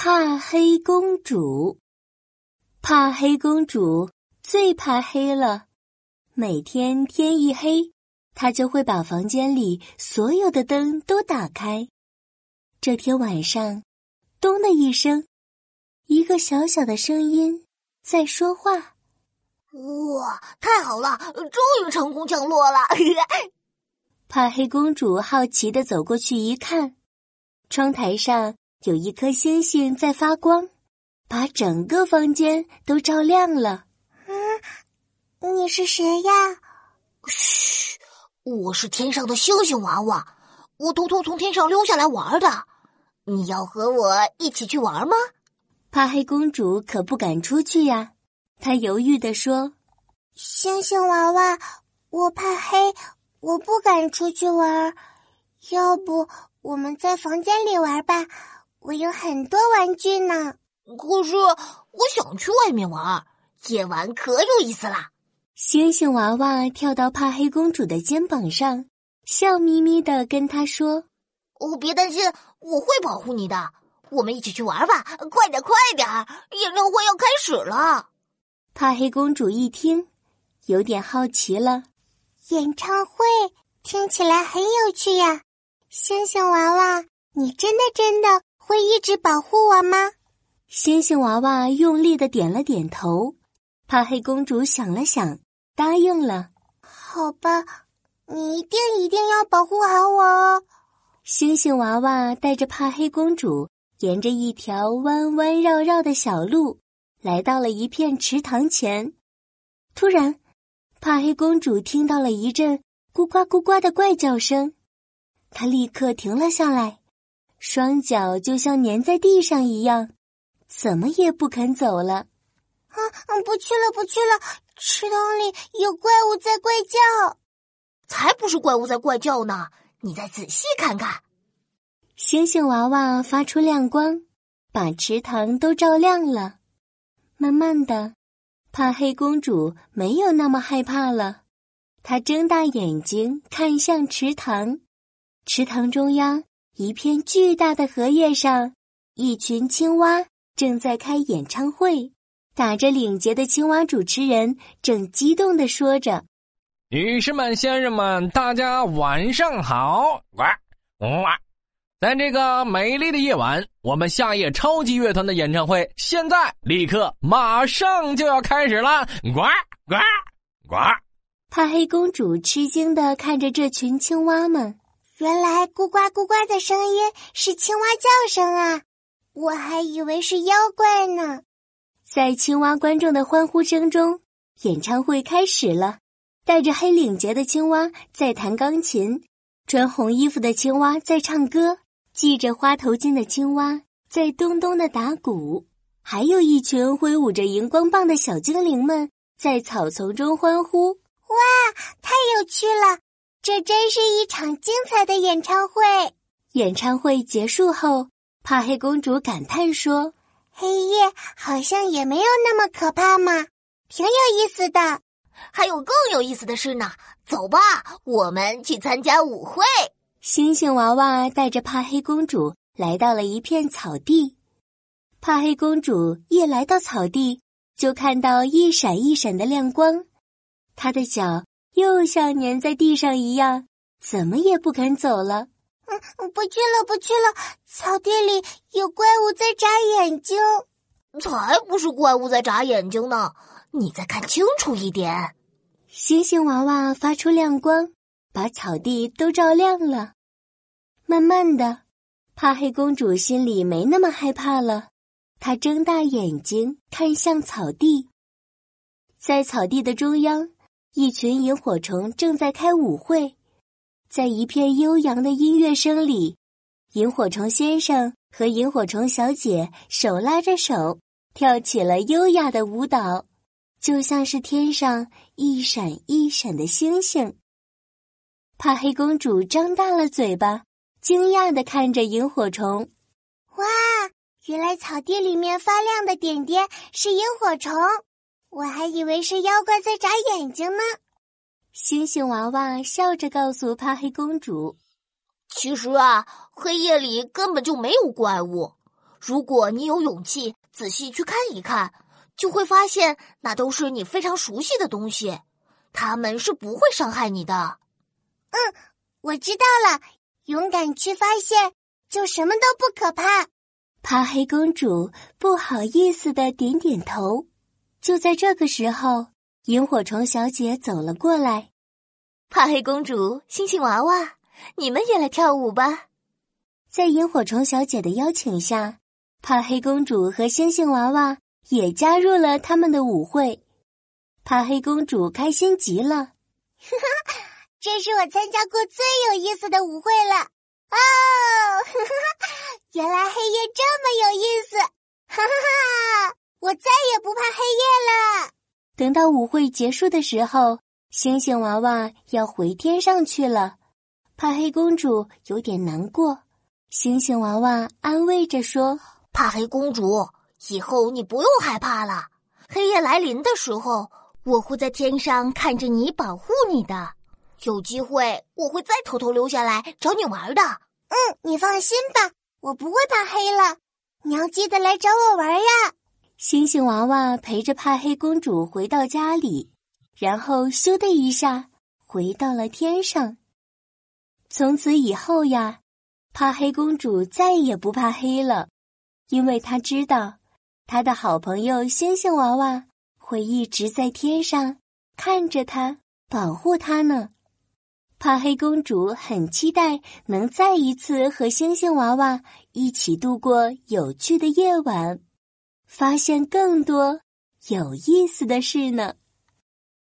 怕黑公主。怕黑公主最怕黑了，每天天一黑，她就会把房间里所有的灯都打开。这天晚上，咚的一声，一个小小的声音在说话。 哇，太好了，终于成功降落了！ 怕黑公主好奇地走过去一看，窗台上有一颗星星在发光，把整个房间都照亮了。 你是谁呀？嘘，我是天上的星星娃娃，我偷偷从天上溜下来玩的。你要和我一起去玩吗？ 怕黑公主可不敢出去呀，她犹豫地说： 星星娃娃，我怕黑，我不敢出去玩，要不我们在房间里玩吧，我有很多玩具呢。 可是我想去外面玩，夜晚可有意思啦。 星星娃娃跳到怕黑公主的肩膀上，笑眯眯地跟她说： 别担心，我会保护你的。我们一起去玩吧，快点快点，演唱会要开始了。 怕黑公主一听，有点好奇了。 演唱会听起来很有趣呀，星星娃娃，你真的会一直保护我吗？ 星星娃娃用力地点了点头。怕黑公主想了想，答应了。 好吧，你一定要保护好我哦。 星星娃娃带着怕黑公主沿着一条弯弯绕绕的小路，来到了一片池塘前。突然，怕黑公主听到了一阵咕呱咕呱的怪叫声，她立刻停了下来，双脚就像粘在地上一样，怎么也不肯走了。 不去了，池塘里有怪物在怪叫。 才不是怪物在怪叫呢，你再仔细看看。 星星娃娃发出亮光，把池塘都照亮了。慢慢的，怕黑公主没有那么害怕了。她睁大眼睛看向池塘，池塘中央一片巨大的荷叶上，一群青蛙正在开演唱会。打着领结的青蛙主持人正激动地说着： 女士们先生们，大家晚上好。在这个美丽的夜晚，我们夏夜超级乐团的演唱会现在立刻马上就要开始了。 怕黑公主吃惊地看着这群青蛙们， 原来咕呱咕呱的声音是青蛙叫声啊，我还以为是妖怪呢。 在青蛙观众的欢呼声中，演唱会开始了。戴着黑领结的青蛙在弹钢琴，穿红衣服的青蛙在唱歌，系着花头巾的青蛙在咚咚地打鼓，还有一群挥舞着荧光棒的小精灵们在草丛中欢呼。 哇，太有趣了！这真是一场精彩的演唱会。 演唱会结束后，怕黑公主感叹说： 黑夜好像也没有那么可怕嘛，挺有意思的。 还有更有意思的事呢，走吧，我们去参加舞会。 星星娃娃带着怕黑公主来到了一片草地。怕黑公主一来到草地，就看到一闪一闪的亮光，她的脚又像粘在地上一样，怎么也不肯走了。 不去了，草地里有怪物在眨眼睛。 才不是怪物在眨眼睛呢，你再看清楚一点。 星星娃娃发出亮光，把草地都照亮了。慢慢的，怕黑公主心里没那么害怕了，她睁大眼睛看向草地。在草地的中央，一群萤火虫正在开舞会。在一片悠扬的音乐声里，萤火虫先生和萤火虫小姐手拉着手，跳起了优雅的舞蹈，就像是天上一闪一闪的星星。怕黑公主张大了嘴巴，惊讶地看着萤火虫。 哇，原来草地里面发亮的点点是萤火虫，我还以为是妖怪在眨眼睛呢。 星星娃娃笑着告诉怕黑公主： 其实啊，黑夜里根本就没有怪物， 如果你有勇气仔细去看一看，就会发现那都是你非常熟悉的东西，它们是不会伤害你的。 我知道了，勇敢去发现，就什么都不可怕。 怕黑公主不好意思地点点头。就在这个时候，萤火虫小姐走了过来。 怕黑公主、星星娃娃，你们也来跳舞吧。 在萤火虫小姐的邀请下，怕黑公主和星星娃娃也加入了他们的舞会。怕黑公主开心极了， 这是我参加过最有意思的舞会了哦！原来黑夜这么有意思，哈哈哈！我再也不怕黑夜了。 等到舞会结束的时候，星星娃娃要回天上去了，怕黑公主有点难过。星星娃娃安慰着说： 怕黑公主，以后你不用害怕了。黑夜来临的时候，我会在天上看着你，保护你的。有机会，我会再偷偷溜下来找你玩的。 你放心吧，我不会怕黑了。你要记得来找我玩呀。 星星娃娃陪着怕黑公主回到家里，然后咻的一下回到了天上。从此以后呀，怕黑公主再也不怕黑了，因为她知道她的好朋友星星娃娃会一直在天上看着她，保护她呢。怕黑公主很期待能再一次和星星娃娃一起度过有趣的夜晚，发现更多有意思的事呢。